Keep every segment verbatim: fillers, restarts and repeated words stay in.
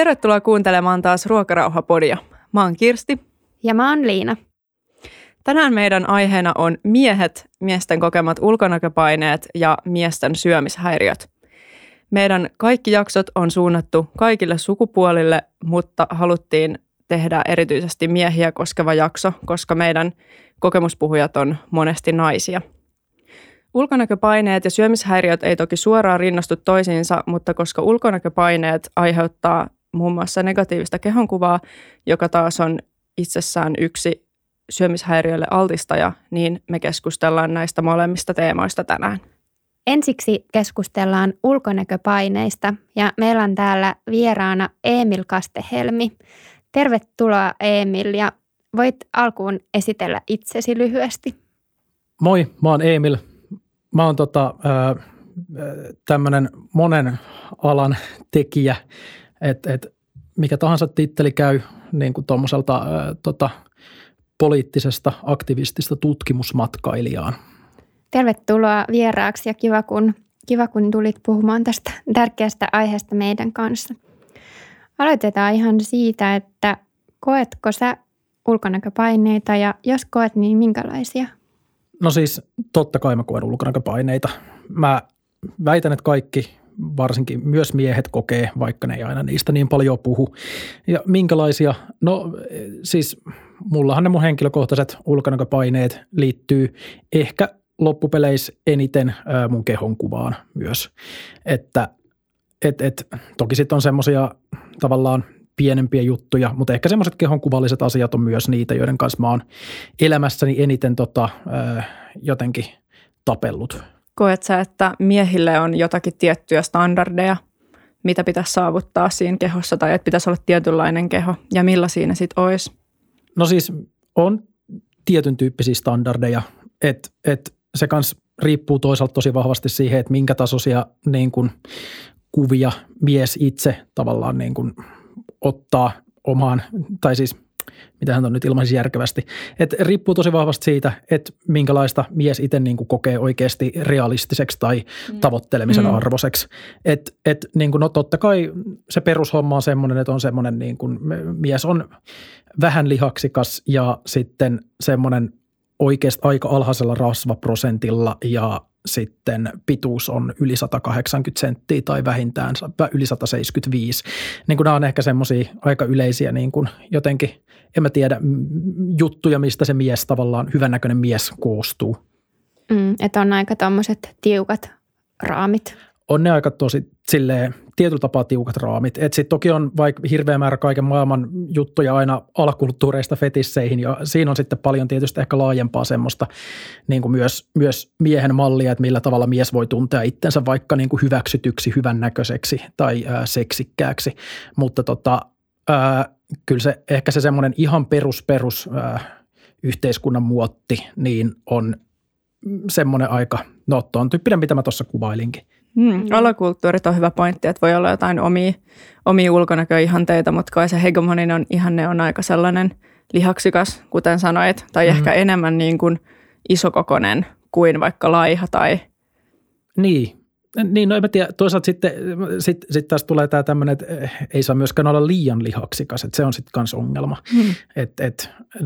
Tervetuloa kuuntelemaan taas Ruokarauha-podia. Mä oon Kirsti. Ja mä oon Liina. Tänään meidän aiheena on miehet, miesten kokemat ulkonäköpaineet ja miesten syömishäiriöt. Meidän kaikki jaksot on suunnattu kaikille sukupuolille, mutta haluttiin tehdä erityisesti miehiä koskeva jakso, koska meidän kokemuspuhujat on monesti naisia. Ulkonäköpaineet ja syömishäiriöt ei toki suoraan rinnastu toisiinsa, mutta koska ulkonäköpaineet aiheuttaa muun muassa negatiivista kehonkuvaa, joka taas on itsessään yksi syömishäiriöille altistaja, niin me keskustellaan näistä molemmista teemoista tänään. Ensiksi keskustellaan ulkonäköpaineista ja meillä on täällä vieraana Emil Kastehelmi. Tervetuloa Emil ja voit alkuun esitellä itsesi lyhyesti. Moi, mä oon Emil. Mä oon tota, tämmönen monen alan tekijä, että et mikä tahansa titteli käy niin kuin tuommoiselta tota, poliittisesta aktivistista tutkimusmatkailijaan. Tervetuloa vieraaksi ja kiva kun, kiva kun tulit puhumaan tästä tärkeästä aiheesta meidän kanssa. Aloitetaan ihan siitä, että koetko sä ulkonäköpaineita ja jos koet, niin minkälaisia? No siis totta kai mä koen ulkonäköpaineita. Mä väitän, että kaikki, varsinkin myös miehet kokee, vaikka ne ei aina niistä niin paljon puhu. Ja minkälaisia? No siis mullahan ne mun henkilökohtaiset ulkonäköpaineet liittyy ehkä loppupeleissä eniten mun kehonkuvaan myös. Että et, et, toki sitten on semmoisia tavallaan pienempiä juttuja, mutta ehkä semmoiset kehonkuvalliset asiat on myös niitä, joiden kanssa mä oon elämässäni eniten tota, ö, jotenkin tapellut. Koet sä, että miehille on jotakin tiettyjä standardeja, mitä pitäisi saavuttaa siinä kehossa tai että pitäisi olla tietynlainen keho ja millä siinä sitten olisi? No siis on tietyn tyyppisiä standardeja, että et se kans riippuu toisaalta tosi vahvasti siihen, että minkä tasoisia niin kun, kuvia mies itse tavallaan niin kun, ottaa omaan, tai siis mitähän on nyt ilmaisi järkevästi, että riippuu tosi vahvasti siitä, että minkälaista mies itse niin kuin kokee oikeasti realistiseksi tai mm. tavoittelemisen mm. arvoiseksi. Että et, niin kuin, no totta kai se perushomma on semmoinen, että on semmoinen niin kuin, mies on vähän lihaksikas ja sitten semmoinen oikeasti aika alhaisella rasvaprosentilla ja sitten pituus on yli sata kahdeksankymmentä senttiä tai vähintään yli sata seitsemänkymmentäviisi. Niin kuin nämä on ehkä semmoisia aika yleisiä niin kuin jotenkin, en mä tiedä, juttuja, mistä se mies tavallaan, hyvännäköinen mies koostuu. Mm, että on aika tommoset tiukat raamit. On ne aika tosi silleen tietyllä tapaa tiukat raamit. Että sitten toki on vaikka hirveä määrä kaiken maailman juttuja aina alakulttuureista fetisseihin ja siinä on sitten paljon tietysti ehkä laajempaa semmoista niin kuin myös, myös miehen mallia, että millä tavalla mies voi tuntea itsensä vaikka niin kuin hyväksytyksi, hyvännäköiseksi tai ää, seksikkääksi. Mutta tota, ää, kyllä se ehkä se semmoinen ihan perus perus ää, yhteiskunnan muotti niin on semmoinen aika, no tuon tyyppinen mitä mä tuossa kuvailinkin. Hmm, alakulttuurit on hyvä pointti, että voi olla jotain omia, omia ulkonäköihanteita, mutta kai se hegemoninen ihanne on aika sellainen lihaksikas, kuten sanoit, tai mm-hmm. ehkä enemmän niin kuin isokokoinen kuin vaikka laiha tai... Niin, niin no en mä tiedä, toisaalta sitten sit, sit taas tulee tämä tämmöinen, että ei saa myöskään olla liian lihaksikas, että se on sitten kans ongelma, hmm. että et,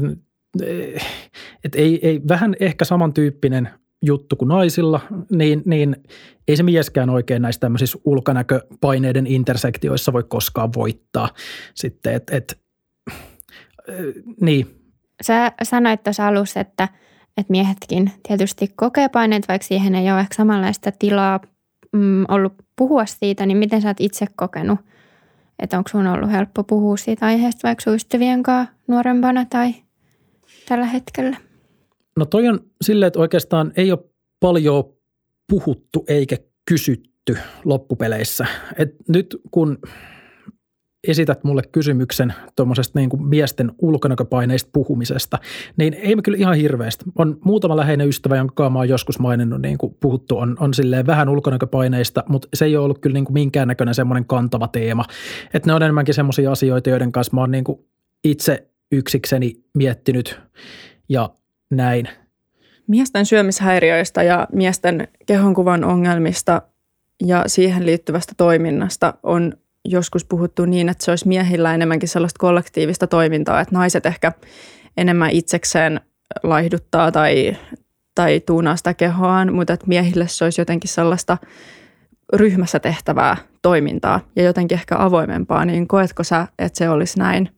et ei, ei vähän ehkä samantyyppinen juttu kuin naisilla, niin, niin ei se mieskään oikein näissä tämmöisissä ulkonäköpaineiden intersektioissa voi koskaan voittaa sitten, että et, niin. Sä sanoit tuossa alussa, että, että miehetkin tietysti kokee paineet, vaikka siihen ei ole ehkä samanlaista tilaa mm, ollut puhua siitä, niin miten sä oot itse kokenut, että onko sun ollut helppo puhua siitä aiheesta vaikka sun ystävien kanssa nuorempana tai tällä hetkellä? No toi on silleen, että oikeastaan ei ole paljon puhuttu eikä kysytty loppupeleissä. Et nyt kun esität mulle kysymyksen tuommoisesta niin kuin miesten ulkonäköpaineista puhumisesta, niin ei me kyllä ihan hirveästi. On muutama läheinen ystävä, jonka mä oon joskus maininnut, niin kuin puhuttu, on, on silleen vähän ulkonäköpaineista, mutta se ei ole ollut kyllä niin kuin minkäännäköinen semmoinen kantava teema. Että ne on enemmänkin semmoisia asioita, joiden kanssa mä oon niin kuin itse yksikseni miettinyt ja näin. Miesten syömishäiriöistä ja miesten kehonkuvan ongelmista ja siihen liittyvästä toiminnasta on joskus puhuttu niin, että se olisi miehillä enemmänkin sellaista kollektiivista toimintaa, että naiset ehkä enemmän itsekseen laihduttaa tai, tai tuunaa sitä kehoaan, mutta että miehille se olisi jotenkin sellaista ryhmässä tehtävää toimintaa ja jotenkin ehkä avoimempaa, niin koetko sä, että se olisi näin?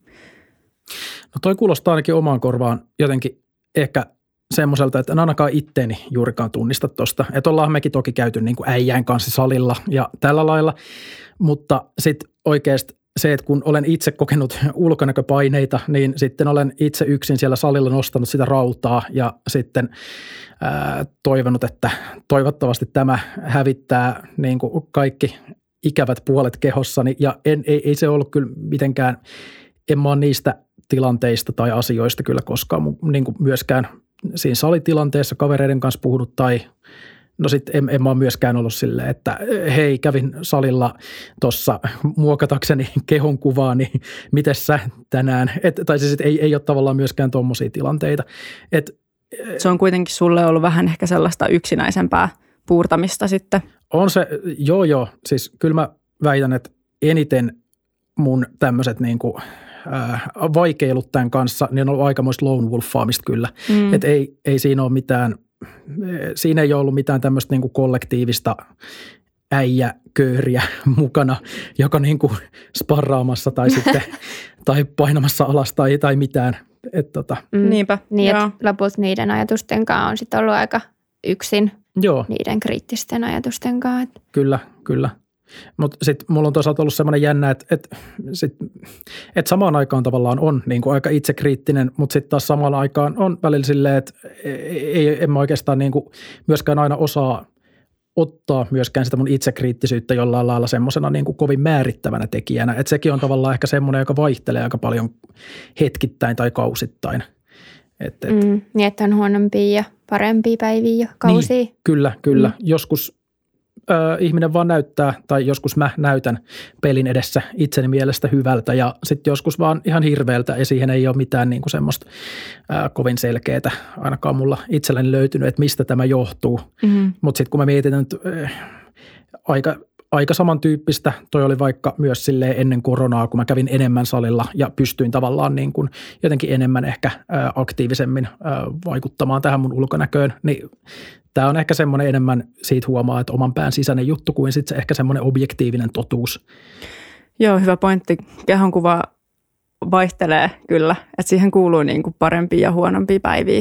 No toi kuulostaa ainakin omaan korvaan jotenkin ehkä semmoiselta, että en ainakaan itteeni juurikaan tunnista tuosta. Että ollaan mekin toki käyty niin kuin äijän kanssa salilla ja tällä lailla, mutta sitten oikeasti se, että kun olen itse kokenut ulkonäköpaineita, niin sitten olen itse yksin siellä salilla nostanut sitä rautaa ja sitten ää, toivonut, että toivottavasti tämä hävittää niin kuin kaikki ikävät puolet kehossani ja en, ei, ei se ollut kyllä mitenkään, en mä ole niistä tilanteista tai asioista kyllä koskaan niin kuin myöskään siinä salitilanteessa kavereiden kanssa puhunut tai no sitten en, en mä ole myöskään ollut silleen, että hei kävin salilla tuossa muokatakseni kehon kuvaa, niin mites sä tänään? Et, tai siis ei, ei ole tavallaan myöskään tommosia tilanteita. Et, se on kuitenkin sulle ollut vähän ehkä sellaista yksinäisempää puurtamista sitten. On se, joo joo, siis kyllä mä väitän, että eniten mun tämmöiset niinku vaikeilut tämän kanssa, niin on ollut aikamoista lone wolfaamista kyllä. Mm. Että ei, ei siinä ole mitään, siinä ei ole ollut mitään tämmöistä niin kuin kollektiivista äijäkööriä mukana, joka niin kuin sparraamassa tai sitten tai painamassa alas tai, tai mitään. Et tota. mm. Niinpä. Niin, että lopulta niiden ajatusten kanssa on sitten ollut aika yksin. Joo. Niiden kriittisten ajatusten kanssa. Kyllä, kyllä. Mutta sitten mulla on toisaalta ollut semmoinen jännä, että et, et samaan aikaan tavallaan on niin kuin aika itsekriittinen, mutta sitten taas samaan aikaan on välillä silleen, että ei, en mä oikeastaan niin kuin myöskään aina osaa ottaa myöskään sitä mun itsekriittisyyttä jollain lailla semmoisena niin kuin kovin määrittävänä tekijänä. Että sekin on tavallaan ehkä semmoinen, joka vaihtelee aika paljon hetkittäin tai kausittain. Et, et. Mm, niin, että on huonompia ja parempia päiviä ja kausia. Niin, kyllä, kyllä. Mm. Joskus ihminen vaan näyttää, tai joskus mä näytän pelin edessä itseni mielestä hyvältä ja sitten joskus vaan ihan hirveältä ja siihen ei ole mitään niin kuin semmoista ää, kovin selkeää ainakaan mulla itselläni löytynyt, että mistä tämä johtuu. Mm-hmm. Mutta sitten kun mä mietin, että äh, aika, aika samantyyppistä, toi oli vaikka myös silleen ennen koronaa, kun mä kävin enemmän salilla ja pystyin tavallaan niin kuin jotenkin enemmän ehkä ää, aktiivisemmin ää, vaikuttamaan tähän mun ulkonäköön, niin tämä on ehkä semmoinen enemmän, siitä huomaa, että oman pään sisäinen juttu kuin sitten se ehkä semmoinen objektiivinen totuus. Joo, hyvä pointti. Kehonkuva vaihtelee kyllä, että siihen kuuluu niin kuin parempia ja huonompia päiviä.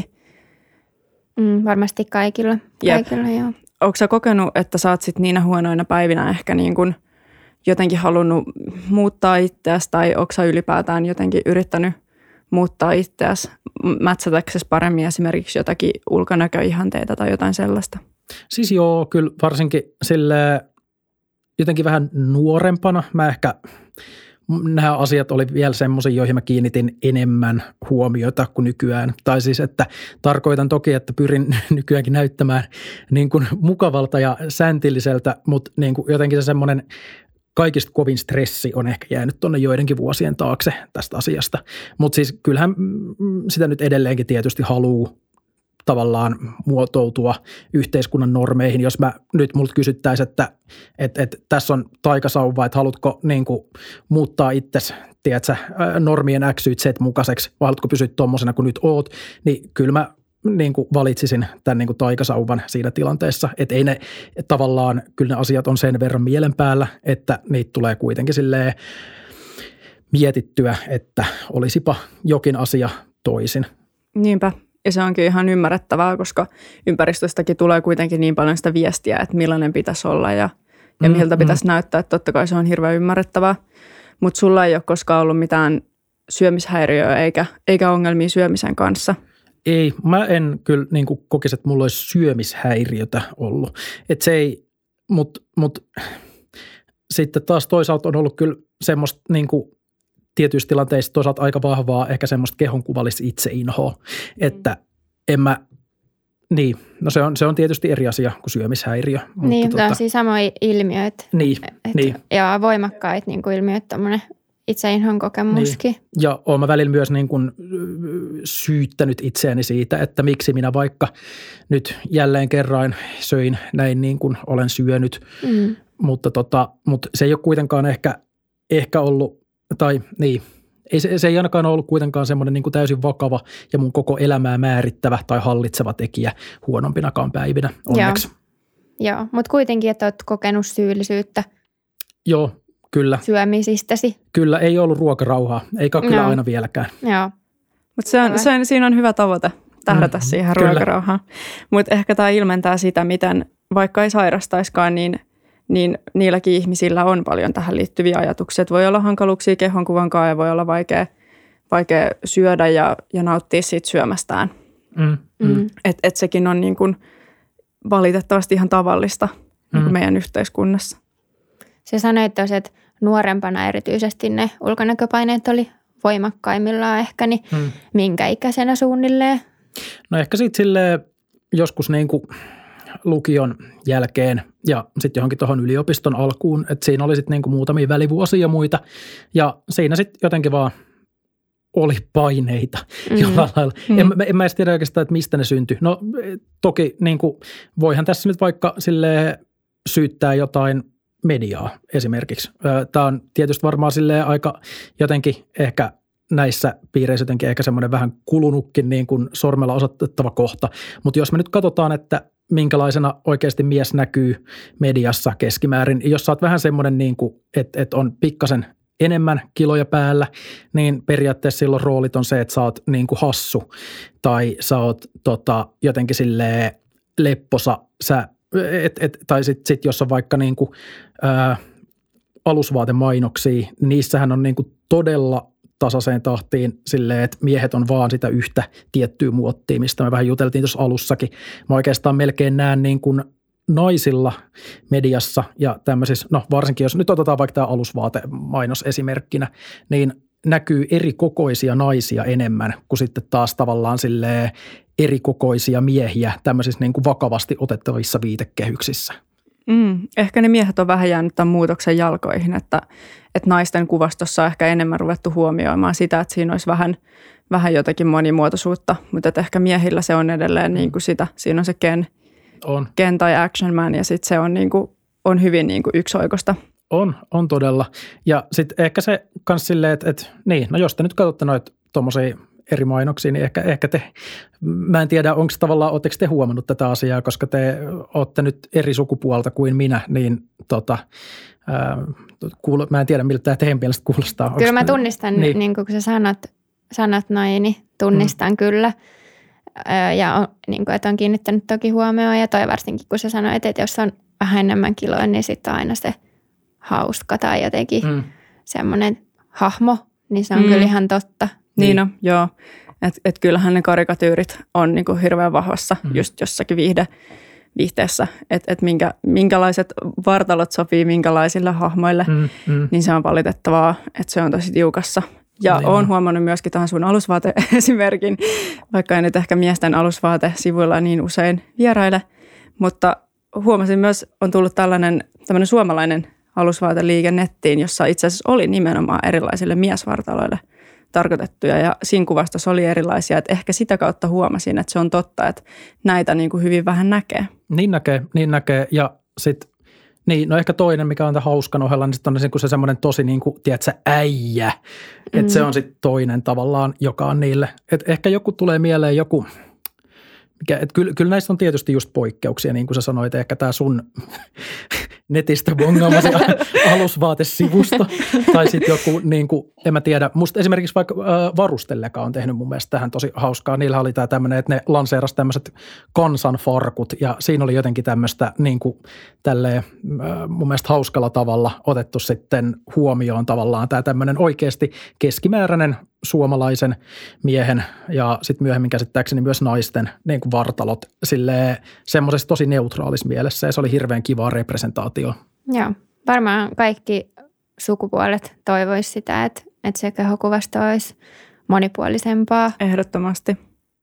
Mm, varmasti kaikilla. kaikilla joo. Oletko sä kokenut, että sä oot sit niinä huonoina päivinä ehkä niin kuin jotenkin halunnut muuttaa itseäsi tai onko sä ylipäätään jotenkin yrittänyt muuttaa itseäsi, mätsätäksesi paremmin esimerkiksi jotakin ulkonäköihanteita tai jotain sellaista? Siis joo, kyllä varsinkin sille jotenkin vähän nuorempana mä ehkä, nämä asiat oli vielä semmoisia, joihin mä kiinnitin enemmän huomiota kuin nykyään. Tai siis, että tarkoitan toki, että pyrin nykyäänkin näyttämään niin kuin mukavalta ja säntilliseltä, mutta niin kuin jotenkin se semmoinen kaikista kovin stressi on ehkä jäänyt tuonne joidenkin vuosien taakse tästä asiasta. Mutta siis kyllähän sitä nyt edelleenkin tietysti haluaa tavallaan muotoutua yhteiskunnan normeihin. Jos mä nyt multa kysyttäisiin, että et, et, tässä on taikasauva, että haluatko niin kuin muuttaa itsesi, tiedätkö, normien X, Y, Z mukaiseksi, vai haluatko pysyä tuommoisena kuin nyt oot, niin kyllä mä niin kuin valitsisin tämän niin kuin taikasauvan siinä tilanteessa, että ei ne että tavallaan, kyllä ne asiat on sen verran mielen päällä, että niitä tulee kuitenkin silleen mietittyä, että olisipa jokin asia toisin. Niinpä, ja se onkin ihan ymmärrettävää, koska ympäristöstäkin tulee kuitenkin niin paljon sitä viestiä, että millainen pitäisi olla ja, ja miltä mm, pitäisi mm. näyttää, että totta kai se on hirveän ymmärrettävää, mutta sulla ei ole koskaan ollut mitään syömishäiriöä eikä, eikä ongelmia syömisen kanssa. Ei, mä en kyllä niin kuin kokisi, että mulla olisi syömishäiriötä ollut. Että se ei, mutta mut, sitten taas toisaalta on ollut kyllä semmoista niin kuin tietyissä tilanteissa toisaalta aika vahvaa ehkä semmoista kehonkuvallista itseinhoa, että en mä, niin, no se on, se on tietysti eri asia kuin syömishäiriö. Niin, mutta tota, on siis samoja ilmiöitä. Niin, et, niin. Ja voimakkaita niin kuin ilmiöitä, tämmöinen itseinhon kokemuskin. Niin. Ja olen mä välillä myös niin kuin syyttänyt itseäni siitä, että miksi minä vaikka nyt jälleen kerran söin näin niin kuin olen syönyt, mm. mutta, tota, mutta se ei ole kuitenkaan ehkä ehkä ollut, tai niin, ei, se, se ei ainakaan ollut kuitenkaan semmoinen niin kuin täysin vakava ja mun koko elämää määrittävä tai hallitseva tekijä huonompinakaan päivinä, onneksi. Joo, Joo. mutta kuitenkin, että olet kokenut syyllisyyttä. Joo, kyllä. Syömisistäsi. Kyllä, ei ollut ruokarauhaa, eikä kyllä no. aina vieläkään. Joo. Mutta se on, se on, siinä on hyvä tavoite tähdätä mm, siihen ruokarauhaan. Mutta ehkä tämä ilmentää sitä, miten vaikka ei sairastaiskaan, niin, niin niilläkin ihmisillä on paljon tähän liittyviä ajatuksia. Et voi olla hankaluuksia kehonkuvan kanssa ja voi olla vaikea, vaikea syödä ja, ja nauttia siitä syömästään. Mm, mm. Että et sekin on niin kun valitettavasti ihan tavallista mm. niin meidän yhteiskunnassa. Se sanoit tosiaan, että nuorempana erityisesti ne ulkonäköpaineet oli voimakkaimmillaan ehkä, niin hmm. minkä ikäisenä suunnilleen? No ehkä sitten silleen joskus niin kuin lukion jälkeen ja sitten johonkin tuohon yliopiston alkuun, että siinä oli sitten niin kuin muutamia välivuosia ja muita ja siinä sitten jotenkin vaan oli paineita mm. jollain lailla. Mm. En, en mä edes tiedä oikeastaan, että mistä ne syntyi. No toki niin kuin, voihan tässä nyt vaikka silleen syyttää jotain mediaa esimerkiksi. Tämä on tietysti varmaan silleen aika jotenkin ehkä näissä piireissä jotenkin ehkä semmoinen vähän kulunutkin niin kuin sormella osoitettava kohta. Mutta jos me nyt katsotaan, että minkälaisena oikeasti mies näkyy mediassa keskimäärin, jos sä oot vähän semmoinen, niin kuin, että, että on pikkasen enemmän kiloja päällä, niin periaatteessa silloin roolit on se, että sä oot niin kuin hassu tai sä oot tota, jotenkin silleen lepposa, sä Et, et, tai sitten sit, jos on vaikka niinku, ää, alusvaatemainoksia, niin niissähän on niinku todella tasaiseen tahtiin silleen, että miehet on vaan sitä yhtä tiettyä muottia, mistä me vähän juteltiin tuossa alussakin. Mä oikeastaan melkein näen niin kuin naisilla mediassa ja tämmöisissä, no varsinkin jos nyt otetaan vaikka tämä alusvaatemainos esimerkkinä, niin näkyy eri kokoisia naisia enemmän kuin sitten taas tavallaan silleen eri kokoisia miehiä tämmöisissä niin kuin vakavasti otettavissa viitekehyksissä. Mm, ehkä ne miehet on vähän jäänyt tämän muutoksen jalkoihin, että, että naisten kuvastossa on ehkä enemmän ruvettu huomioimaan sitä, että siinä olisi vähän, vähän jotakin monimuotoisuutta, mutta että ehkä miehillä se on edelleen niin kuin sitä, siinä on se Ken, on. Ken tai Action Man ja sitten se on, niin kuin, on hyvin niin kuin yksioikoista. On, on todella. Ja sitten ehkä se kans silleen, että, että niin, no jos te nyt katsotte noita tuommoisia eri mainoksia, niin ehkä, ehkä te, mä en tiedä, onko tavallaan, ootteko te huomannut tätä asiaa, koska te ootte nyt eri sukupuolta kuin minä, niin tota, ää, kuul, mä en tiedä, miltä tämä teidän mielestä kuulostaa. Kyllä mä tunnistan, niin, niin kuin sä sanot, sanot noin, niin tunnistan mm. kyllä. Ja on, niin kuin, että on kiinnittänyt toki huomioon ja toi varsinkin, kun sä sanoit, että jos on vähän enemmän kiloa, niin sitten on aina se hauska tai jotenkin mm. semmoinen hahmo, niin se on mm. kyllä ihan totta. Niin, niin on, joo. Että et kyllähän ne karikatyyrit on niinku hirveän vahvassa mm. just jossakin viihde, viihteessä. Että et minkä, minkälaiset vartalot sopii minkälaisille hahmoille, mm. Mm. niin se on valitettavaa, että se on tosi tiukassa. Ja niin olen huomannut myöskin tähän sun alusvaate-esimerkin, vaikka ei nyt ehkä miesten alusvaate-sivuilla niin usein vieraile. Mutta huomasin myös, on tullut tällainen tämmöinen suomalainen alusvaateliike nettiin, jossa itse asiassa oli nimenomaan erilaisille miesvartaloille tarkoitettuja. Ja siinä kuvastossa oli erilaisia, että ehkä sitä kautta huomasin, että se on totta, että näitä niin kuin hyvin vähän näkee. Niin näkee, niin näkee. Ja sitten, niin, no ehkä toinen, mikä on tämän hauskan ohella, niin sitten on se, se semmoinen tosi niin kuin, tiedätkö, äijä. Että mm. se on sitten toinen tavallaan, joka on niille. Että ehkä joku tulee mieleen joku, mikä, että kyllä, kyllä näistä on tietysti just poikkeuksia, niin kuin sä sanoit, ehkä tämä sun netistä bongaamasi alusvaatesivusto. Tai sitten joku, niin kuin, en mä tiedä, musta esimerkiksi vaikka äh, Varustelleka on tehnyt mun mielestä tähän tosi hauskaa. Niillä oli tämä tämmöinen, että ne lanseerasi tämmöiset kansanfarkut ja siinä oli jotenkin tämmöistä niin kuin tälleen äh, mun mielestä hauskalla tavalla otettu sitten huomioon tavallaan tämä tämmöinen oikeasti keskimääräinen suomalaisen miehen ja sitten myöhemmin käsittääkseni myös naisten niin kuin vartalot silleen semmoisessa tosi neutraalissa mielessä ja se oli hirveän kivaa representaatio. Joo, varmaan kaikki sukupuolet toivoisi sitä, että, että se kehokuvasto olisi monipuolisempaa. Ehdottomasti.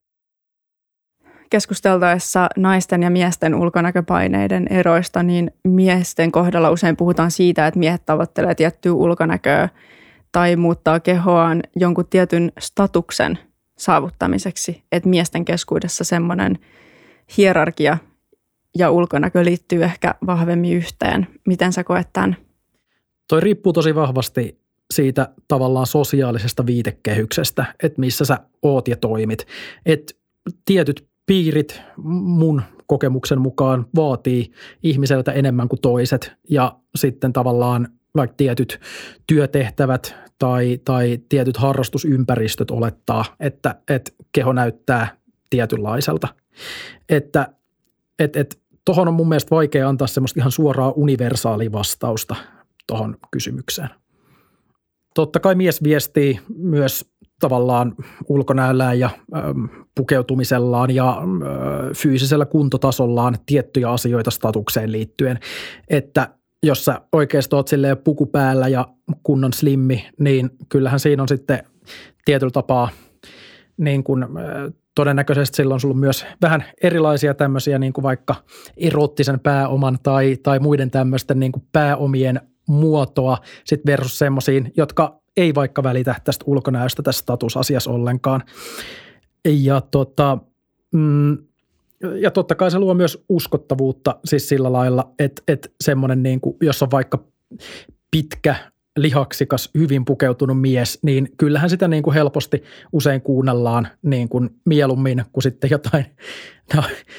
Keskusteltaessa naisten ja miesten ulkonäköpaineiden eroista, niin miesten kohdalla usein puhutaan siitä, että miehet tavoittelee tiettyä ulkonäköä tai muuttaa kehoaan jonkun tietyn statuksen saavuttamiseksi, että miesten keskuudessa semmoinen hierarkia ja ulkonäkö liittyy ehkä vahvemmin yhteen. Miten sä koet tämän? toi riippuu tosi vahvasti siitä tavallaan sosiaalisesta viitekehyksestä, että missä sä oot ja toimit. Että tietyt piirit mun kokemuksen mukaan vaatii ihmiseltä enemmän kuin toiset ja sitten tavallaan vaikka tietyt työtehtävät tai, tai tietyt harrastusympäristöt olettaa, että, että keho näyttää tietynlaiselta. Että et, et, tuohon on mun mielestä vaikea antaa semmoista ihan suoraa universaalia vastausta tuohon kysymykseen. Totta kai mies viestii myös tavallaan ulkonäöllään ja ö, pukeutumisellaan ja ö, fyysisellä kuntotasollaan tiettyjä asioita statukseen liittyen, että jos sä oikeasti oot silleen puku päällä ja kunnon slimmi, niin kyllähän siinä on sitten tietyllä tapaa niin kuin, ö, todennäköisesti silloin sulla on myös vähän erilaisia tämmöisiä niin kuin vaikka erottisen pääoman tai, tai muiden tämmöisten niin kuin pääomien muotoa sit versus semmoisiin, jotka ei vaikka välitä tästä ulkonäöstä tässä statusasiassa ollenkaan. Ja, tota, mm, ja totta kai se luo myös uskottavuutta siis sillä lailla, että, että semmoinen niin kuin, jos on vaikka pitkä, lihaksikas, hyvin pukeutunut mies, niin kyllähän sitä niin kuin helposti usein kuunnellaan niin kuin mieluummin kuin sitten jotain, no,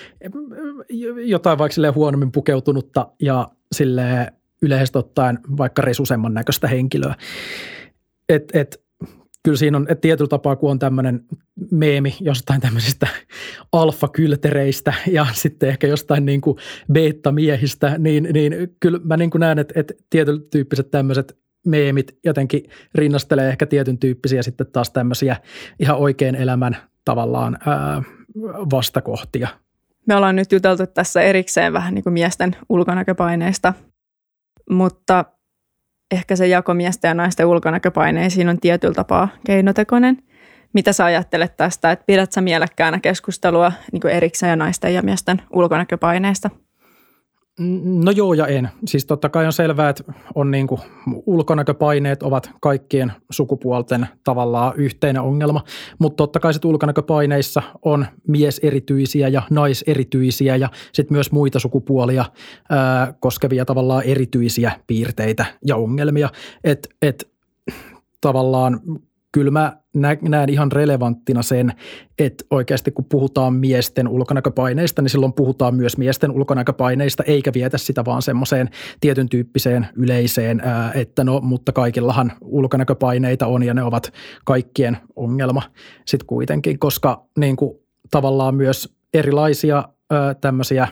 jotain vaikka silleen huonommin pukeutunutta ja silleen yleisesti ottaen vaikka resusemman näköistä henkilöä. Et, et, kyllä siinä on, että tietyllä tapaa, kun on tämmöinen meemi jostain tämmöisistä alfakyltereistä ja sitten ehkä jostain niin kuin beta-miehistä, niin, niin kyllä mä niin kuin näen, että, että tietyllä tyyppiset tämmöiset meemit jotenkin rinnastelee ehkä tietyn tyyppisiä sitten taas tämmöisiä ihan oikein elämän tavallaan ää, vastakohtia. Me ollaan nyt juteltu tässä erikseen vähän niin kuin miesten ulkonäköpaineista, mutta ehkä se jako miesten ja naisten ulkonäköpaineisiin on tietyllä tapaa keinotekoinen. Mitä sä ajattelet tästä, että pidät sä mielekkäänä keskustelua niin kuin erikseen naisten ja miesten ulkonäköpaineista? No joo ja en. Siis totta kai on selvää, että on niin kuin ulkonäköpaineet ovat kaikkien sukupuolten tavallaan yhteinen ongelma, mutta totta kai sitten ulkonäköpaineissa on mieserityisiä ja naiserityisiä ja sitten myös muita sukupuolia ää, koskevia tavallaan erityisiä piirteitä ja ongelmia, että et, tavallaan kyllä mä näen ihan relevanttina sen, että oikeasti kun puhutaan miesten ulkonäköpaineista, niin silloin puhutaan myös miesten ulkonäköpaineista, eikä vietä sitä vaan semmoiseen tietyn tyyppiseen yleiseen, että no, mutta kaikillahan ulkonäköpaineita on ja ne ovat kaikkien ongelma sitten kuitenkin, koska niin kuin tavallaan myös erilaisia tämmöisiä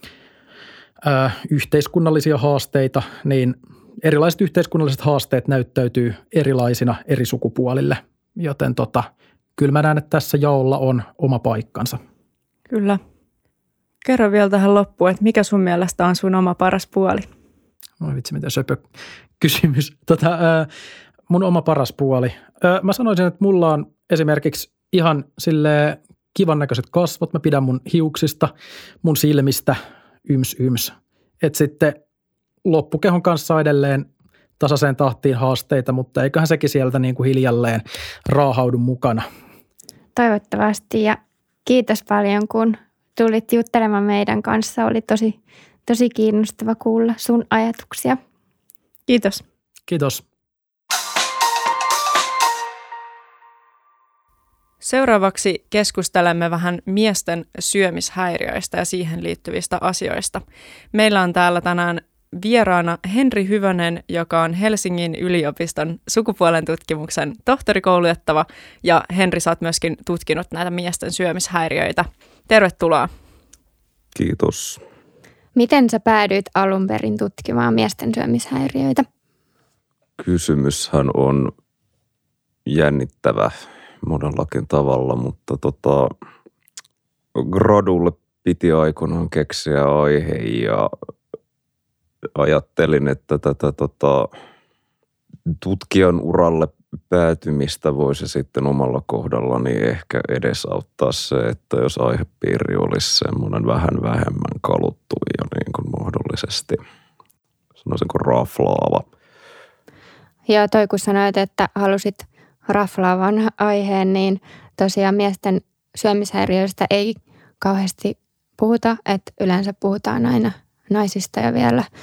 yhteiskunnallisia haasteita, niin erilaiset yhteiskunnalliset haasteet näyttäytyy erilaisina eri sukupuolille, joten tota, kyllä mä näen, että tässä jaolla on oma paikkansa. Kyllä. Kerro vielä tähän loppuun, että mikä sun mielestä on sun oma paras puoli? Oi vitsi, mitä söpö kysymys. Tota, ää, mun oma paras puoli. Ää, mä sanoisin, että mulla on esimerkiksi ihan silleen kivan näköiset kasvot. Mä pidän mun hiuksista, mun silmistä, yms yms. Että sitten loppukehon kanssa edelleen tasaiseen tahtiin haasteita, mutta eiköhän sekin sieltä niin kuin hiljalleen raahaudu mukana. Toivottavasti ja kiitos paljon, kun tulit juttelemaan meidän kanssa. Oli tosi, tosi kiinnostava kuulla sun ajatuksia. Kiitos. Kiitos. Seuraavaksi keskustelemme vähän miesten syömishäiriöistä ja siihen liittyvistä asioista. Meillä on täällä tänään vieraana Henri Hyvönen, joka on Helsingin yliopiston sukupuolen tutkimuksen tohtorikoulutettava, ja Henri, sä oot myöskin tutkinut näitä miesten syömishäiriöitä. Tervetuloa. Kiitos. Miten sä päädyit alun perin tutkimaan miesten syömishäiriöitä? Kysymyshän on jännittävä monellakin tavalla, mutta tota, gradulle piti aikoinaan keksiä aihe ja ajattelin, että tätä tota, tutkijan uralle päätymistä voisi sitten omalla kohdallani ehkä edesauttaa se, että jos aihepiiri olisi semmoinen vähän vähemmän kaluttu ja niin kuin mahdollisesti, sanoisinko raflaava. Ja toi kun sanoit, että halusit raflaavan aiheen, niin tosiaan miesten syömishäiriöistä ei kauheasti puhuta, että yleensä puhutaan aina naisista ja vielä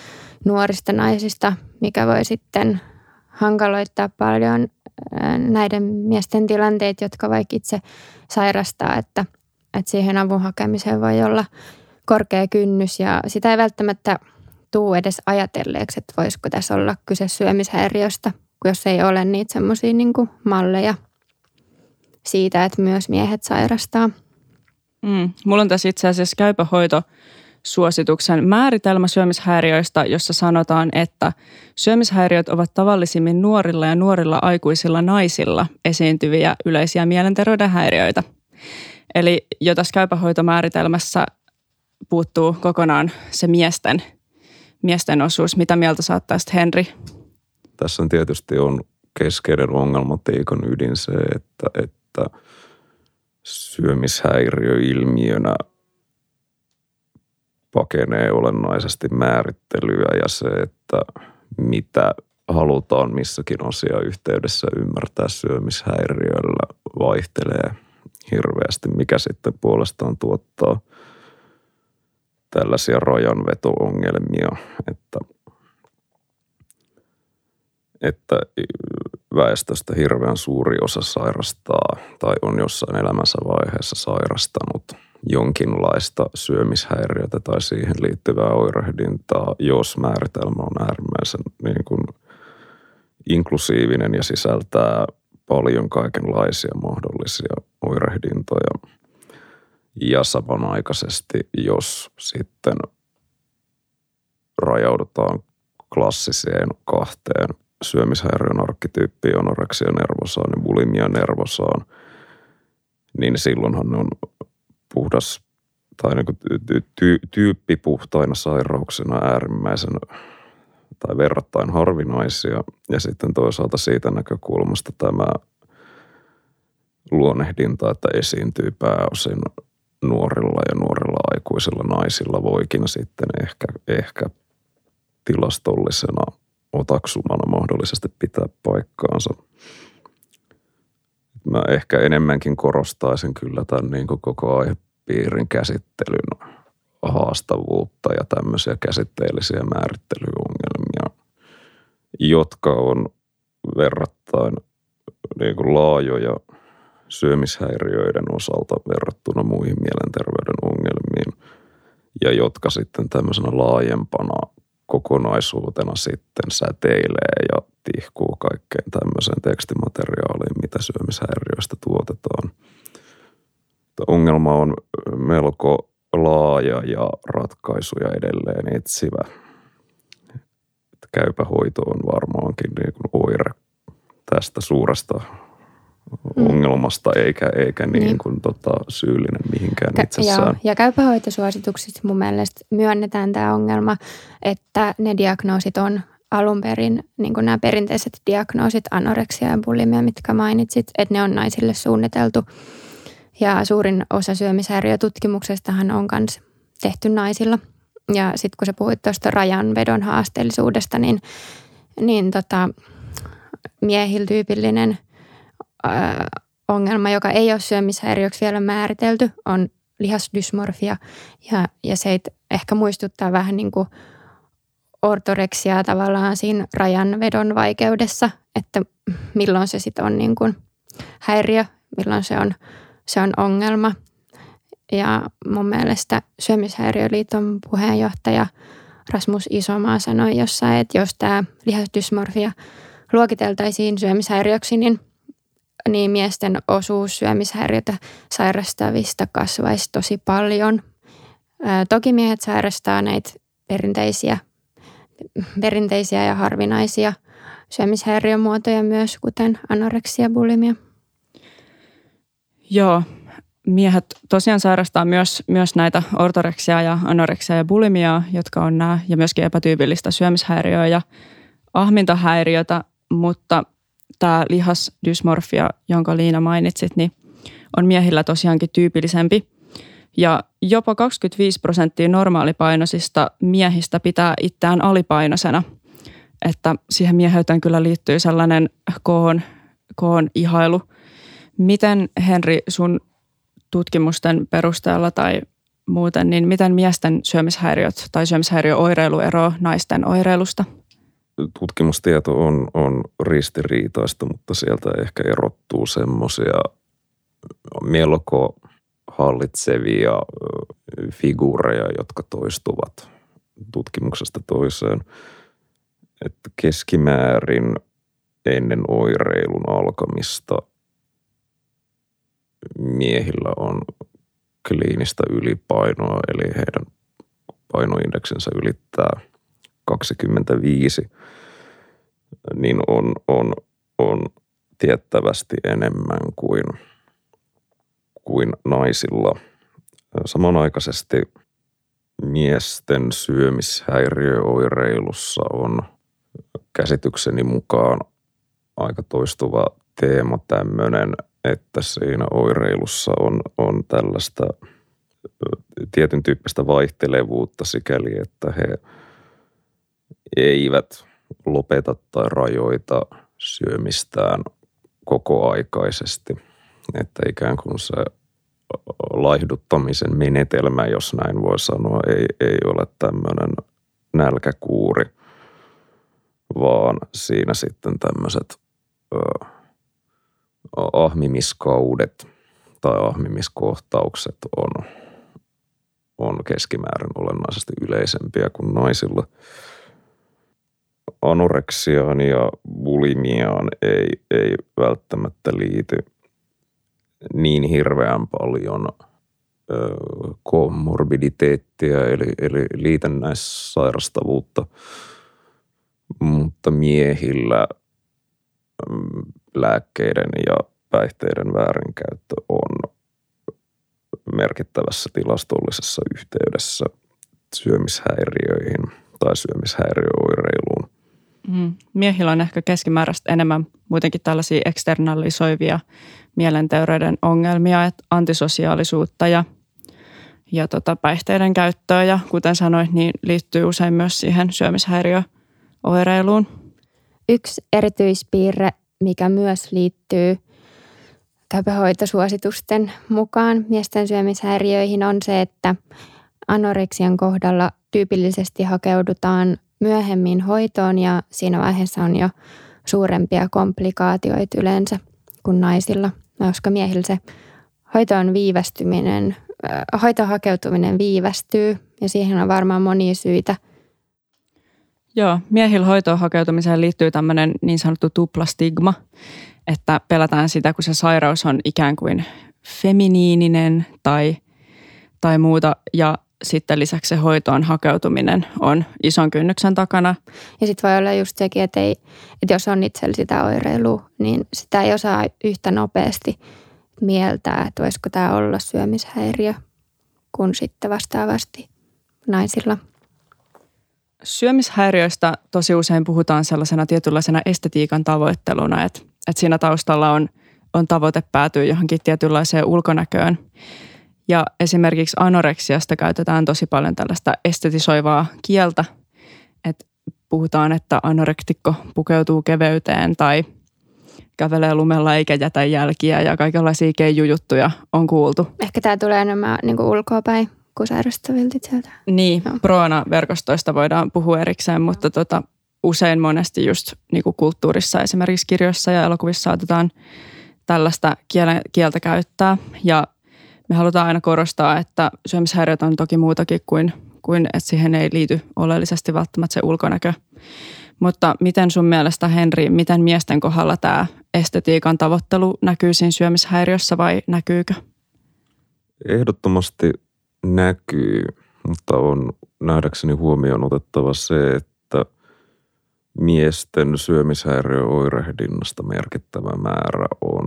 nuorista naisista, mikä voi sitten hankaloittaa paljon näiden miesten tilanteet, jotka vaikka itse sairastaa, että, että siihen avun hakemiseen voi olla korkea kynnys ja sitä ei välttämättä tule edes ajatelleeksi, että voisiko tässä olla kyse syömishäiriöstä, jos ei ole niitä semmoisia niin kuin malleja siitä, että myös miehet sairastaa. Mm. Mulla on tässä itse asiassa Käypä hoito -suosituksen määritelmä syömishäiriöistä, jossa sanotaan, että syömishäiriöt ovat tavallisimmin nuorilla ja nuorilla aikuisilla naisilla esiintyviä yleisiä mielenterveyden häiriöitä. Eli jo tässä Käypä hoito -määritelmässä puuttuu kokonaan se miesten, miesten osuus. Mitä mieltä sä oot tästä, Henri? Tässä on tietysti on keskeinen ongelmatiikan ydin se, että, että syömishäiriöilmiönä pakenee olennaisesti määrittelyä ja se, että mitä halutaan missäkin asiayhteydessä ymmärtää syömishäiriöllä vaihtelee hirveästi, mikä sitten puolestaan tuottaa tällaisia rajanveto-ongelmia, että, että väestöstä hirveän suuri osa sairastaa tai on jossain elämänsä vaiheessa sairastanut jonkinlaista syömishäiriötä tai siihen liittyvää oirehdintaa, jos määritelmä on äärimmäisen niin kuin inklusiivinen ja sisältää paljon kaikenlaisia mahdollisia oirehdintoja. Ja samanaikaisesti, jos sitten rajaudutaan klassiseen kahteen syömishäiriön arkkityyppiin, anoreksia nervosaan ja bulimia nervosaan, niin silloinhan on puhdas tai niin kuin ty- ty- tyyppipuhtaina sairauksina äärimmäisen tai verrattain harvinaisia. Ja sitten toisaalta siitä näkökulmasta tämä luonnehdinta, että esiintyy pääosin nuorilla ja nuorilla aikuisilla naisilla voikin sitten ehkä, ehkä tilastollisena otaksumana mahdollisesti pitää paikkaansa. Mä ehkä enemmänkin korostaisin kyllä tämän niin kuin koko aihepiirin käsittelyn haastavuutta ja tämmöisiä käsitteellisiä määrittelyongelmia, jotka on verrattain niin kuin laajoja syömishäiriöiden osalta verrattuna muihin mielenterveyden ongelmiin ja jotka sitten tämmöisenä laajempana kokonaisuutena sitten säteilee ja tihkuu kaikkeen tämmöiseen tekstimateriaaliin, mitä syömishäiriöistä tuotetaan. Ongelma on melko laaja ja ratkaisuja edelleen etsivä. Käypä hoito on varmaankin niin kuin oire tästä suuresta mm. ongelmasta, eikä, eikä niin, niin kuin tota, syyllinen mihinkään Kä- itsessään. Joo. Ja käypä hoitosuosituksissa mun mielestä myönnetään tämä ongelma, että ne diagnoosit on alun perin, niin kuin nämä perinteiset diagnoosit, anoreksia ja bulimia, mitkä mainitsit, että ne on naisille suunniteltu. Ja suurin osa syömishäiriötutkimuksestahan on myös tehty naisilla. Ja sitten kun sä puhuit tuosta rajanvedon haasteellisuudesta, niin, niin tota, miehillä tyypillinen ö, ongelma, joka ei ole syömishäiriöksi vielä määritelty, on lihasdysmorfia. Ja, ja se ehkä muistuttaa vähän niin kuin ortoreksiaa tavallaan siinä rajanvedon vaikeudessa, että milloin se sitten on niin kuin häiriö, milloin se on, se on ongelma. Ja mun mielestä Syömishäiriöliiton puheenjohtaja Rasmus Isomaa sanoi jossain, että jos tämä lihasdysmorfia luokiteltaisiin syömishäiriöksi, niin, niin miesten osuus syömishäiriötä sairastavista kasvaisi tosi paljon. Ää, toki miehet sairastaa näitä perinteisiä, perinteisiä ja harvinaisia syömishäiriömuotoja myös, kuten anoreksia ja bulimia. Joo. Miehet tosiaan sairastaa myös, myös näitä ortoreksia ja anoreksia ja bulimiaa, jotka on nämä, ja myöskin epätyypillistä syömishäiriöä ja ahmintahäiriötä, mutta tämä lihasdysmorfia, jonka Liina mainitsit, niin on miehillä tosiaankin tyypillisempi. Ja jopa kaksikymmentäviisi prosenttia normaalipainoisista miehistä pitää itseään alipainoisena, että siihen mieheyteen kyllä liittyy sellainen koon, koon ihailu. Miten, Henri, sun tutkimusten perusteella tai muuten, niin miten miesten syömishäiriöt tai syömishäiriöoireilu eroaa naisten oireilusta? Tutkimustieto on, on ristiriitaista, mutta sieltä ehkä erottuu semmoisia melko hallitsevia figuureja, jotka toistuvat tutkimuksesta toiseen. Että keskimäärin ennen oireilun alkamista miehillä on kliinistä ylipainoa, eli heidän painoindeksinsä ylittää kaksikymmentäviisi, niin on, on, on tiettävästi enemmän kuin, kuin naisilla. Samanaikaisesti miesten syömishäiriöoireilussa on käsitykseni mukaan aika toistuva teema tämmöinen, että siinä oireilussa on, on tällaista tietyn tyyppistä vaihtelevuutta sikäli, että he eivät lopeta tai rajoita syömistään kokoaikaisesti. Että ikään kuin se laihduttamisen menetelmä, jos näin voi sanoa, ei, ei ole tämmöinen nälkäkuuri, vaan siinä sitten tämmöiset ö, ahmimiskaudet tai ahmimiskohtaukset on, on keskimäärin olennaisesti yleisempiä kuin naisilla. Anoreksiaan ja bulimiaan ei, ei välttämättä liity niin hirveän paljon ö, komorbiditeettia eli, eli liitännäissairastavuutta, mutta miehillä lääkkeiden ja päihteiden väärinkäyttö on merkittävässä tilastollisessa yhteydessä syömishäiriöihin tai syömishäiriöoireiluun. Mm. Miehillä on ehkä keskimääräistä enemmän muutenkin tällaisia eksternalisoivia mielenterveyden ongelmia, että antisosiaalisuutta ja, ja tota päihteiden käyttöä ja kuten sanoit, niin liittyy usein myös siihen syömishäiriöoireiluun. Yksi erityispiirre, mikä myös liittyy käypähoitosuositusten mukaan miesten syömishäiriöihin on se, että anoreksian kohdalla tyypillisesti hakeudutaan myöhemmin hoitoon ja siinä vaiheessa on jo suurempia komplikaatioita yleensä kuin naisilla, koska miehillä se hoitoon viivästyminen, hoitoon hakeutuminen viivästyy ja siihen on varmaan monia syitä. Joo, miehillä hoitoon hakeutumiseen liittyy tämmöinen niin sanottu tuplastigma, että pelätään sitä, kun se sairaus on ikään kuin feminiininen tai, tai muuta ja sitten lisäksi se hoitoon hakeutuminen on ison kynnyksen takana. Ja sitten voi olla just sekin, että, ei, että jos on itsellä sitä oireilua, niin sitä ei osaa yhtä nopeasti mieltää, että voisiko tämä olla syömishäiriö, kun sitten vastaavasti naisilla. Syömishäiriöistä tosi usein puhutaan sellaisena tietynlaisena estetiikan tavoitteluna, että, että siinä taustalla on, on tavoite päätyä johonkin tietynlaiseen ulkonäköön. Ja esimerkiksi anoreksiasta käytetään tosi paljon tällaista estetisoivaa kieltä, että puhutaan, että anorektikko pukeutuu keveyteen tai kävelee lumella eikä jätä jälkiä ja kaikenlaisia keijujuttuja on kuultu. Ehkä tämä tulee enemmän niin kuin ulkoapäin kuin sairastavilta itseltä. Niin, no. Proona-verkostoista voidaan puhua erikseen, mutta tota, usein monesti just niin kuin kulttuurissa, esimerkiksi kirjoissa ja elokuvissa saatetaan tällaista kieltä käyttää ja me halutaan aina korostaa, että syömishäiriöt on toki muutakin kuin, kuin että siihen ei liity oleellisesti välttämättä se ulkonäkö. Mutta miten sun mielestä, Henri, miten miesten kohdalla tämä estetiikan tavoittelu näkyy siinä syömishäiriössä vai näkyykö? Ehdottomasti näkyy, mutta on nähdäkseni huomioon otettava se, että miesten syömishäiriöoirehdinnasta merkittävä määrä on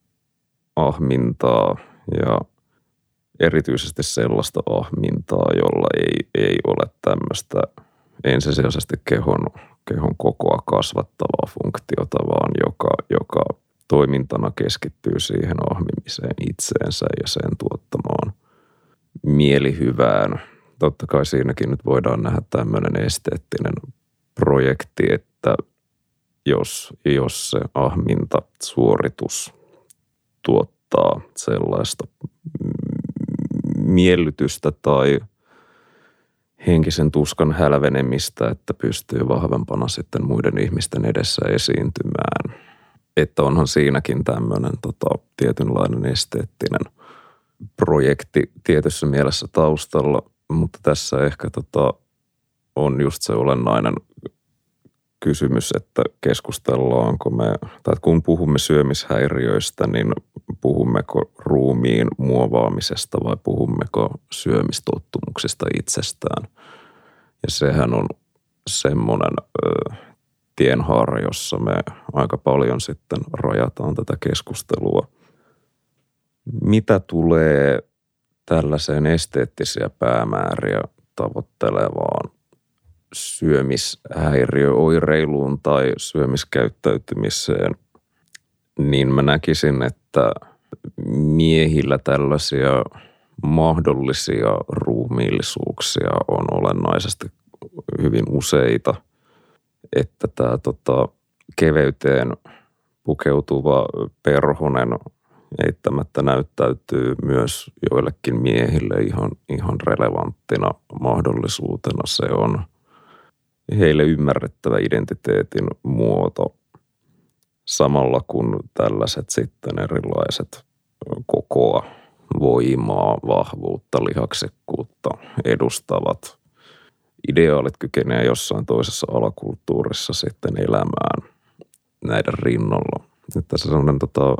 ahmintaa ja erityisesti sellaista ahmintaa, jolla ei, ei ole tämmöistä ensisijaisesti kehon, kehon kokoa kasvattavaa funktiota, vaan joka, joka toimintana keskittyy siihen ahmimiseen itseensä ja sen tuottamaan mielihyvään. Totta kai siinäkin nyt voidaan nähdä tämmöinen esteettinen projekti, että jos, jos se ahmintasuoritus tuottaa sellaista miellytystä tai henkisen tuskan hälvenemistä, että pystyy vahvempana sitten muiden ihmisten edessä esiintymään. Että onhan siinäkin tämmöinen tota, tietynlainen esteettinen projekti tietyssä mielessä taustalla, mutta tässä ehkä tota, on just se olennainen kysymys, että keskustellaanko me, tai kun puhumme syömishäiriöistä, niin puhummeko ruumiin muovaamisesta vai puhummeko syömistottumuksista itsestään. Ja sehän on semmoinen ö, tienhaara, jossa me aika paljon sitten rajataan tätä keskustelua. Mitä tulee tällaiseen esteettisiä päämääriä tavoittelevaan syömishäiriöoireiluun tai syömiskäyttäytymiseen, niin mä näkisin, että miehillä tällaisia mahdollisia ruumiillisuuksia on olennaisesti hyvin useita, että tämä tota, keveyteen pukeutuva perhonen eittämättä näyttäytyy myös joillekin miehille ihan, ihan relevanttina mahdollisuutena. Se on heille ymmärrettävä identiteetin muoto samalla kun tällaiset sitten erilaiset kokoa, voimaa, vahvuutta, lihaksekkuutta edustavat ideaalit kykenee jossain toisessa alakulttuurissa sitten elämään näiden rinnalla. Nyt tässä sellainen tota,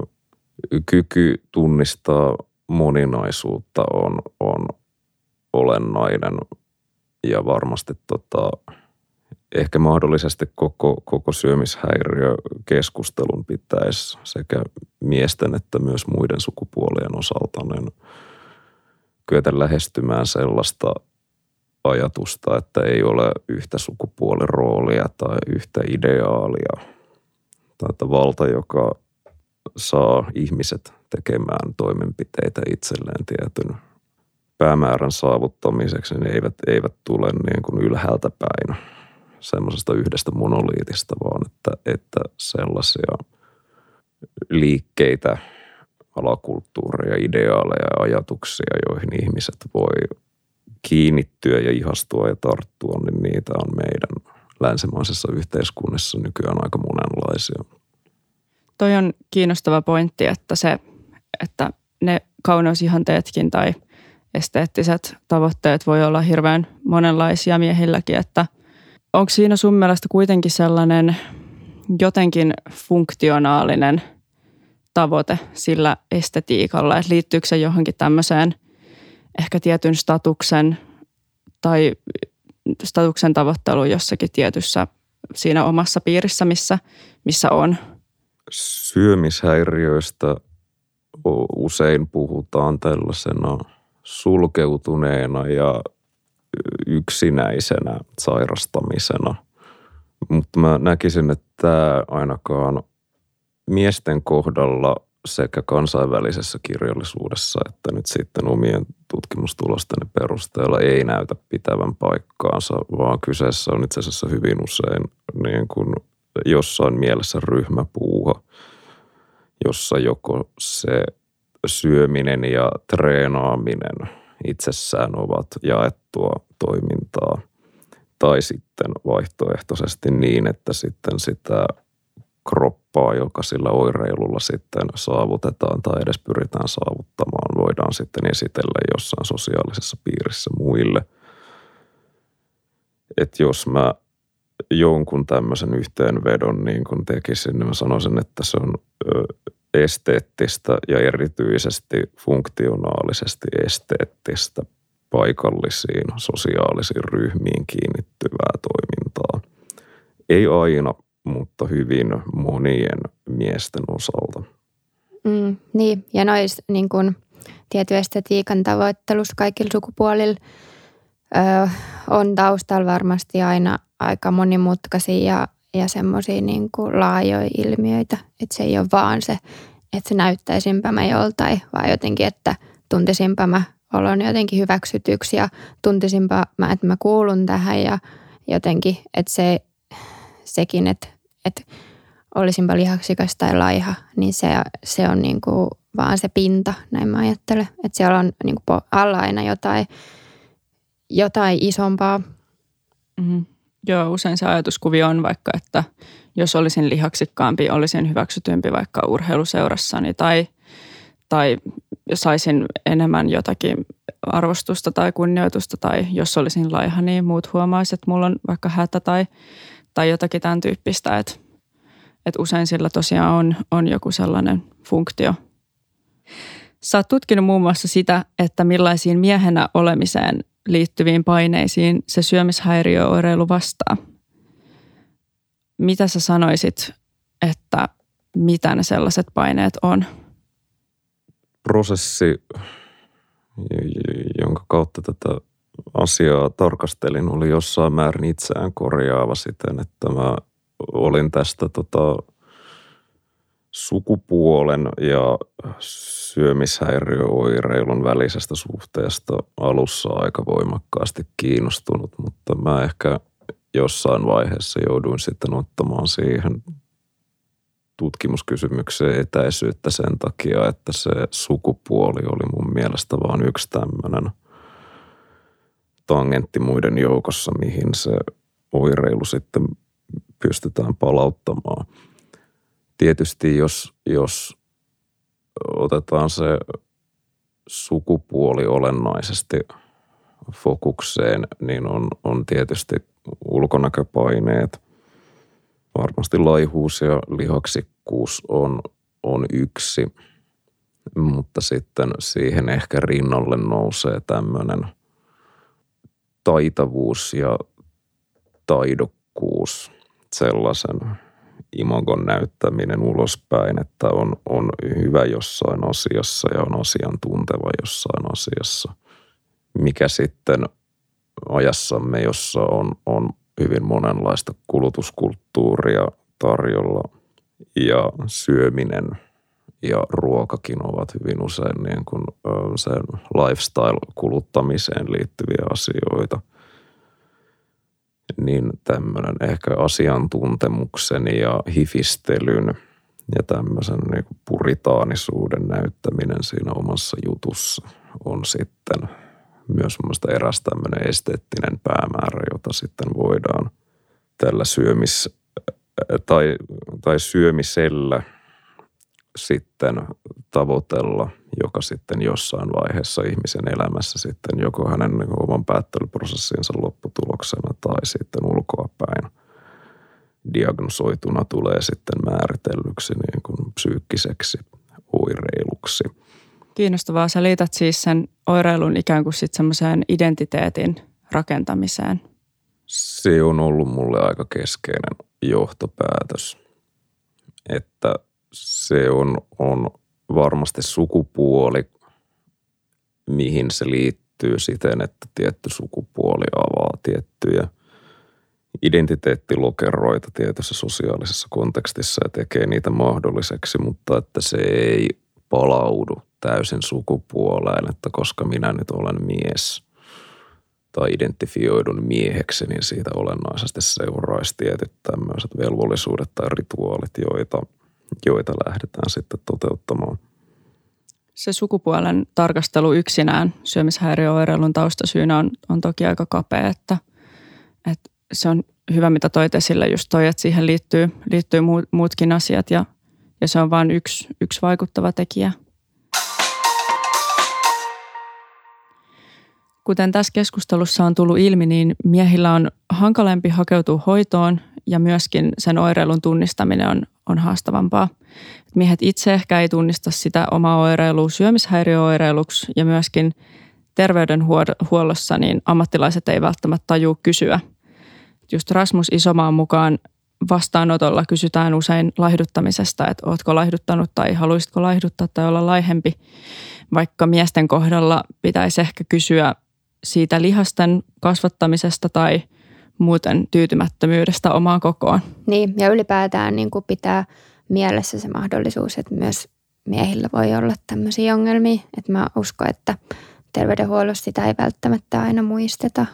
kyky tunnistaa moninaisuutta on, on olennainen ja varmasti tota, ehkä mahdollisesti koko, koko syömishäiriökeskustelun pitäisi sekä miesten että myös muiden sukupuolien osalta niin kyetä lähestymään sellaista ajatusta, että ei ole yhtä sukupuoliroolia tai yhtä ideaalia tai että valta, joka saa ihmiset tekemään toimenpiteitä itselleen tietyn päämäärän saavuttamiseksi, niin eivät, eivät tule niin kuin ylhäältä päin semmoisesta yhdestä monoliitista, vaan että, että sellaisia liikkeitä, alakulttuuria, ideaaleja ja ajatuksia, joihin ihmiset voi kiinnittyä ja ihastua ja tarttua, niin niitä on meidän länsimaisessa yhteiskunnassa nykyään aika monenlaisia. Toi on kiinnostava pointti, että, se, että ne kauneusihanteetkin tai esteettiset tavoitteet voi olla hirveän monenlaisia miehilläkin, että onko siinä sun mielestä kuitenkin sellainen jotenkin funktionaalinen tavoite sillä estetiikalla, että liittyykö se johonkin tämmöiseen ehkä tietyn statuksen tai statuksen tavoitteluun jossakin tietyssä siinä omassa piirissä, missä, missä on? Syömishäiriöistä usein puhutaan tällaisena sulkeutuneena ja yksinäisenä sairastamisena, mutta mä näkisin, että ainakaan miesten kohdalla sekä kansainvälisessä kirjallisuudessa että nyt sitten omien tutkimustulosteni perusteella ei näytä pitävän paikkaansa, vaan kyseessä on itse asiassa hyvin usein niin kuin jossain mielessä ryhmäpuuha, jossa joko se syöminen ja treenaaminen itsessään ovat jaettua toimintaa tai sitten vaihtoehtoisesti niin, että sitten sitä kroppaa, joka sillä oireilulla sitten saavutetaan tai edes pyritään saavuttamaan, voidaan sitten esitellä jossain sosiaalisessa piirissä muille. Että jos mä jonkun tämmöisen yhteenvedon niin kun tekisin, niin mä sanoisin, että se on esteettistä ja erityisesti funktionaalisesti esteettistä paikallisiin sosiaalisiin ryhmiin kiinnittyvää toimintaa. Ei aina, mutta hyvin monien miesten osalta. Mm, niin, ja noissa niin kun tietyn estetiikan tavoittelussa kaikilla sukupuolilla ö, on taustalla varmasti aina aika monimutkaisia ja, ja semmoisia niin kuin laajoja ilmiöitä, että se ei ole vaan se, että se näyttäisinpä mä joltain, vaan jotenkin, että tuntisinpä mä olon jotenkin hyväksytyksi ja tuntisinpä mä, että mä kuulun tähän ja jotenkin, että se, sekin, että, että olisinpä lihaksikas tai laiha, niin se, se on niin kuin vaan se pinta, näin mä ajattelen. Että siellä on niin kuin alla aina jotain, jotain isompaa. Mm-hmm. Joo, usein se ajatuskuvio on vaikka, että jos olisin lihaksikkaampi, olisin hyväksytympi vaikka urheiluseurassani tai, tai saisin enemmän jotakin arvostusta tai kunnioitusta tai jos olisin laiha, niin muut huomaisivat, että mulla on vaikka hätä tai, tai jotakin tämän tyyppistä, että, että usein sillä tosiaan on, on joku sellainen funktio. Sä oot tutkinut muun muassa sitä, että millaisiin miehenä olemiseen liittyviin paineisiin se syömishäiriöoireilu vastaa. Mitä sä sanoisit, että mitä ne sellaiset paineet on? Prosessi, jonka kautta tätä asiaa tarkastelin, oli jossain määrin itseään korjaava siten, että mä olin tästä tota, sukupuolen ja syömishäiriöoireilun välisestä suhteesta alussa aika voimakkaasti kiinnostunut, mutta mä ehkä jossain vaiheessa jouduin sitten ottamaan siihen tutkimuskysymykseen etäisyyttä sen takia, että se sukupuoli oli mun mielestä vaan yksi tämmöinen tangentti muiden joukossa, mihin se oireilu sitten pystytään palauttamaan. Tietysti jos, jos otetaan se sukupuoli olennaisesti fokukseen, niin on, on tietysti ulkonäköpaineet. Varmasti laihuus ja lihaksikkuus on, on yksi, mutta sitten siihen ehkä rinnalle nousee tämmöinen taitavuus ja taidokkuus, sellaisen imagon näyttäminen ulospäin, että on, on hyvä jossain asiassa ja on asiantunteva jossain asiassa, mikä sitten ajassamme, jossa on, on hyvin monenlaista kulutuskulttuuria tarjolla ja syöminen ja ruokakin ovat hyvin usein niin kuin sen lifestyle-kuluttamiseen liittyviä asioita. Niin tämmöinen ehkä asiantuntemuksen ja hifistelyn ja tämmöisen niin kuin puritaanisuuden näyttäminen siinä omassa jutussa on sitten myös mielestäni eräs tämmöinen esteettinen päämäärä, jota sitten voidaan tällä syömis- tai, tai syömisellä sitten tavoitella, joka sitten jossain vaiheessa ihmisen elämässä sitten joko hänen niin oman päättelyprosessinsa lopputuloksena tai sitten ulkoapäin diagnosoituna tulee sitten määritellyksi niin kuin psyykkiseksi oireiluksi. Kiinnostavaa. Sä liität siis sen oireilun ikään kuin sitten semmoiseen identiteetin rakentamiseen. Se on ollut mulle aika keskeinen johtopäätös, että se on, on varmasti sukupuoli, mihin se liittyy siten, että tietty sukupuoli avaa tiettyjä identiteettilokeroita tietyssä sosiaalisessa kontekstissa ja tekee niitä mahdolliseksi, mutta että se ei palaudu täysin sukupuoleen, että koska minä nyt olen mies tai identifioidun mieheksi, niin siitä olennaisesti seuraisi tietyt tämmöiset velvollisuudet tai rituaalit, joita, joita lähdetään sitten toteuttamaan. Se sukupuolen tarkastelu yksinään syömishäiriöoireilun taustasyynä on, on toki aika kapea, että, että se on hyvä, mitä toit esille just toi, että siihen liittyy, liittyy muutkin asiat ja, ja se on vain yksi, yksi vaikuttava tekijä. Kuten tässä keskustelussa on tullut ilmi, niin miehillä on hankalempi hakeutua hoitoon ja myöskin sen oireilun tunnistaminen on, on haastavampaa. Miehet itse ehkä ei tunnista sitä omaa oireilua syömishäiriöoireiluksi ja myöskin terveydenhuollossa niin ammattilaiset ei välttämättä tajua kysyä. Just Rasmus Isomaan mukaan vastaanotolla kysytään usein laihduttamisesta, että ootko laihduttanut tai haluaisitko laihduttaa tai olla laihempi, vaikka miesten kohdalla pitäisi ehkä kysyä siitä lihasten kasvattamisesta tai muuten tyytymättömyydestä omaan kokoon. Niin, ja ylipäätään niin kuin pitää mielessä se mahdollisuus, että myös miehillä voi olla tämmöisiä ongelmia. Että mä uskon, että terveydenhuollossa sitä ei välttämättä aina muisteta.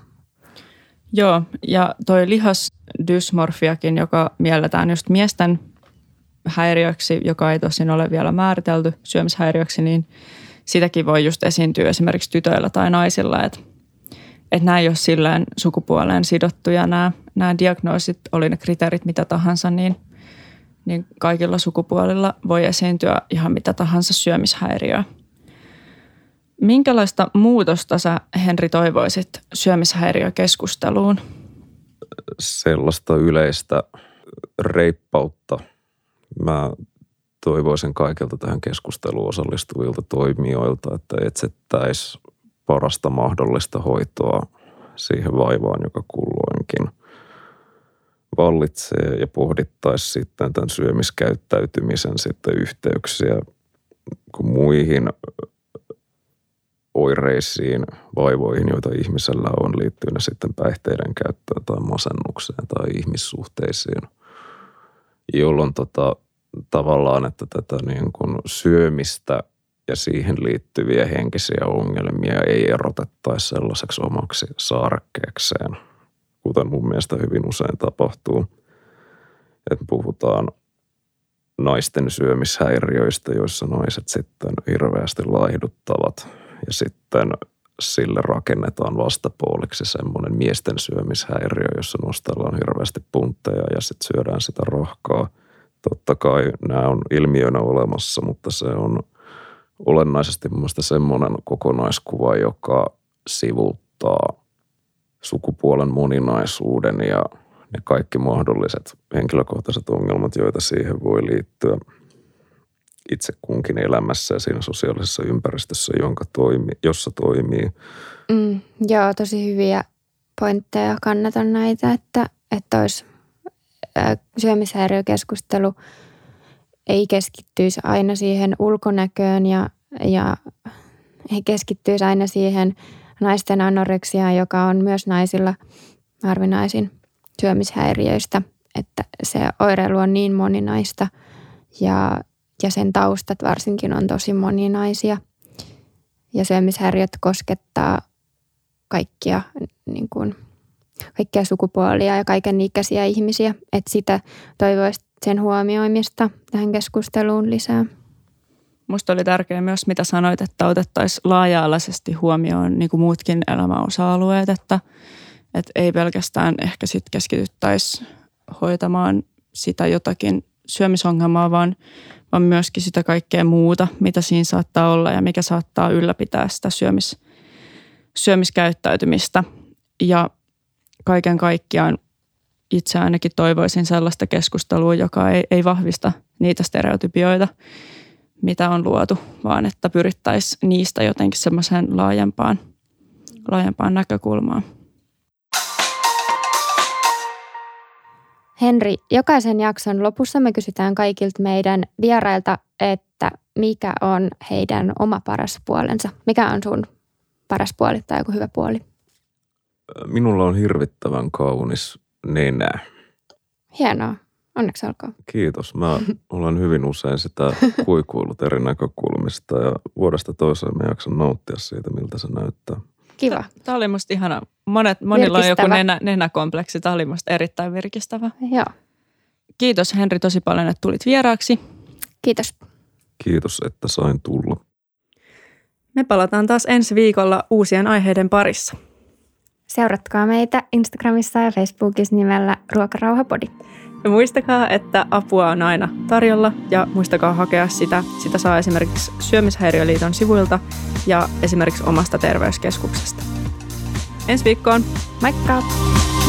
Joo, ja toi lihasdysmorfiakin, joka mielletään just miesten häiriöksi, joka ei tosin ole vielä määritelty syömishäiriöksi, niin sitäkin voi just esiintyä esimerkiksi tytöillä tai naisilla, että että nämä ei ole silleen sukupuoleen sidottuja nämä, nämä diagnoosit, oli ne kriteerit mitä tahansa, niin, niin kaikilla sukupuolilla voi esiintyä ihan mitä tahansa syömishäiriöä. Minkälaista muutosta sä, Henri, toivoisit syömishäiriökeskusteluun? Sellaista yleistä reippautta. Mä toivoisin kaikilta tähän keskusteluun osallistuvilta toimijoilta, että etsittäisiin parasta mahdollista hoitoa siihen vaivaan, joka kulloinkin vallitsee, ja pohdittaisiin sitten tämän syömiskäyttäytymisen sitten yhteyksiä muihin oireisiin, vaivoihin, joita ihmisellä on, liittyen sitten päihteiden käyttöön tai masennukseen tai ihmissuhteisiin, jolloin tota, tavallaan, että tätä niin kuin syömistä ja siihen liittyviä henkisiä ongelmia ei erotettaisi sellaiseksi omaksi saarekkeekseen, kuten mun mielestä hyvin usein tapahtuu. Että puhutaan naisten syömishäiriöistä, joissa naiset sitten hirveästi laihduttavat, ja sitten sille rakennetaan vastapuoliksi semmoinen miesten syömishäiriö, jossa nostellaan hirveästi puntteja ja sitten syödään sitä rahkaa. Totta kai nämä on ilmiönä olemassa, mutta se on olennaisesti mun mielestä semmoinen kokonaiskuva, joka sivuuttaa sukupuolen moninaisuuden ja ne kaikki mahdolliset henkilökohtaiset ongelmat, joita siihen voi liittyä itse kunkin elämässä ja siinä sosiaalisessa ympäristössä, jonka toimi, jossa toimii. Mm, joo, tosi hyviä pointteja. Kannatan näitä, että, että olisi ä, syömishäiriökeskustelu ei keskittyisi aina siihen ulkonäköön ja, ja ei keskittyisi aina siihen naisten anoreksiaan, joka on myös naisilla harvinaisin syömishäiriöistä, että se oireilu on niin moninaista ja, ja sen taustat varsinkin on tosi moninaisia. Ja syömishäiriöt koskettaa kaikkia, niin kuin, kaikkia sukupuolia ja kaiken ikäisiä ihmisiä, että sitä toivoisi sen huomioimista tähän keskusteluun lisää. Musta oli tärkeää myös, mitä sanoit, että otettaisiin laaja-alaisesti huomioon niin kuin muutkin elämän osa-alueet, että, että ei pelkästään ehkä sit keskityttäisi hoitamaan sitä jotakin syömisongelmaa, vaan, vaan myöskin sitä kaikkea muuta, mitä siinä saattaa olla ja mikä saattaa ylläpitää sitä syömis, syömiskäyttäytymistä. Ja kaiken kaikkiaan itse ainakin toivoisin sellaista keskustelua, joka ei, ei vahvista niitä stereotypioita, mitä on luotu, vaan että pyrittäisiin niistä jotenkin semmoiseen laajempaan, laajempaan näkökulmaan. Henri, jokaisen jakson lopussa me kysytään kaikilta meidän vierailta, että mikä on heidän oma paras puolensa. Mikä on sun paras puoli tai joku hyvä puoli? Minulla on hirvittävän kaunis nenä. Hienoa. Onneksi olkoon. Kiitos. Mä olen hyvin usein sitä kuikuillut eri näkökulmista ja vuodesta toiseen mä jaksan nauttia siitä, miltä se näyttää. Kiva. Tämä oli musta ihana. Monet, monilla on joku nenä, nenäkompleksi. Tämä oli musta erittäin virkistävä. Joo. Kiitos Henri tosi paljon, että tulit vieraaksi. Kiitos. Kiitos, että sain tulla. Me palataan taas ensi viikolla uusien aiheiden parissa. Seuratkaa meitä Instagramissa ja Facebookissa nimellä Ruokarauhapodi. Ja muistakaa, että apua on aina tarjolla ja muistakaa hakea sitä. Sitä saa esimerkiksi Syömishäiriöliiton sivuilta ja esimerkiksi omasta terveyskeskuksesta. Ensi viikkoon. Moikka!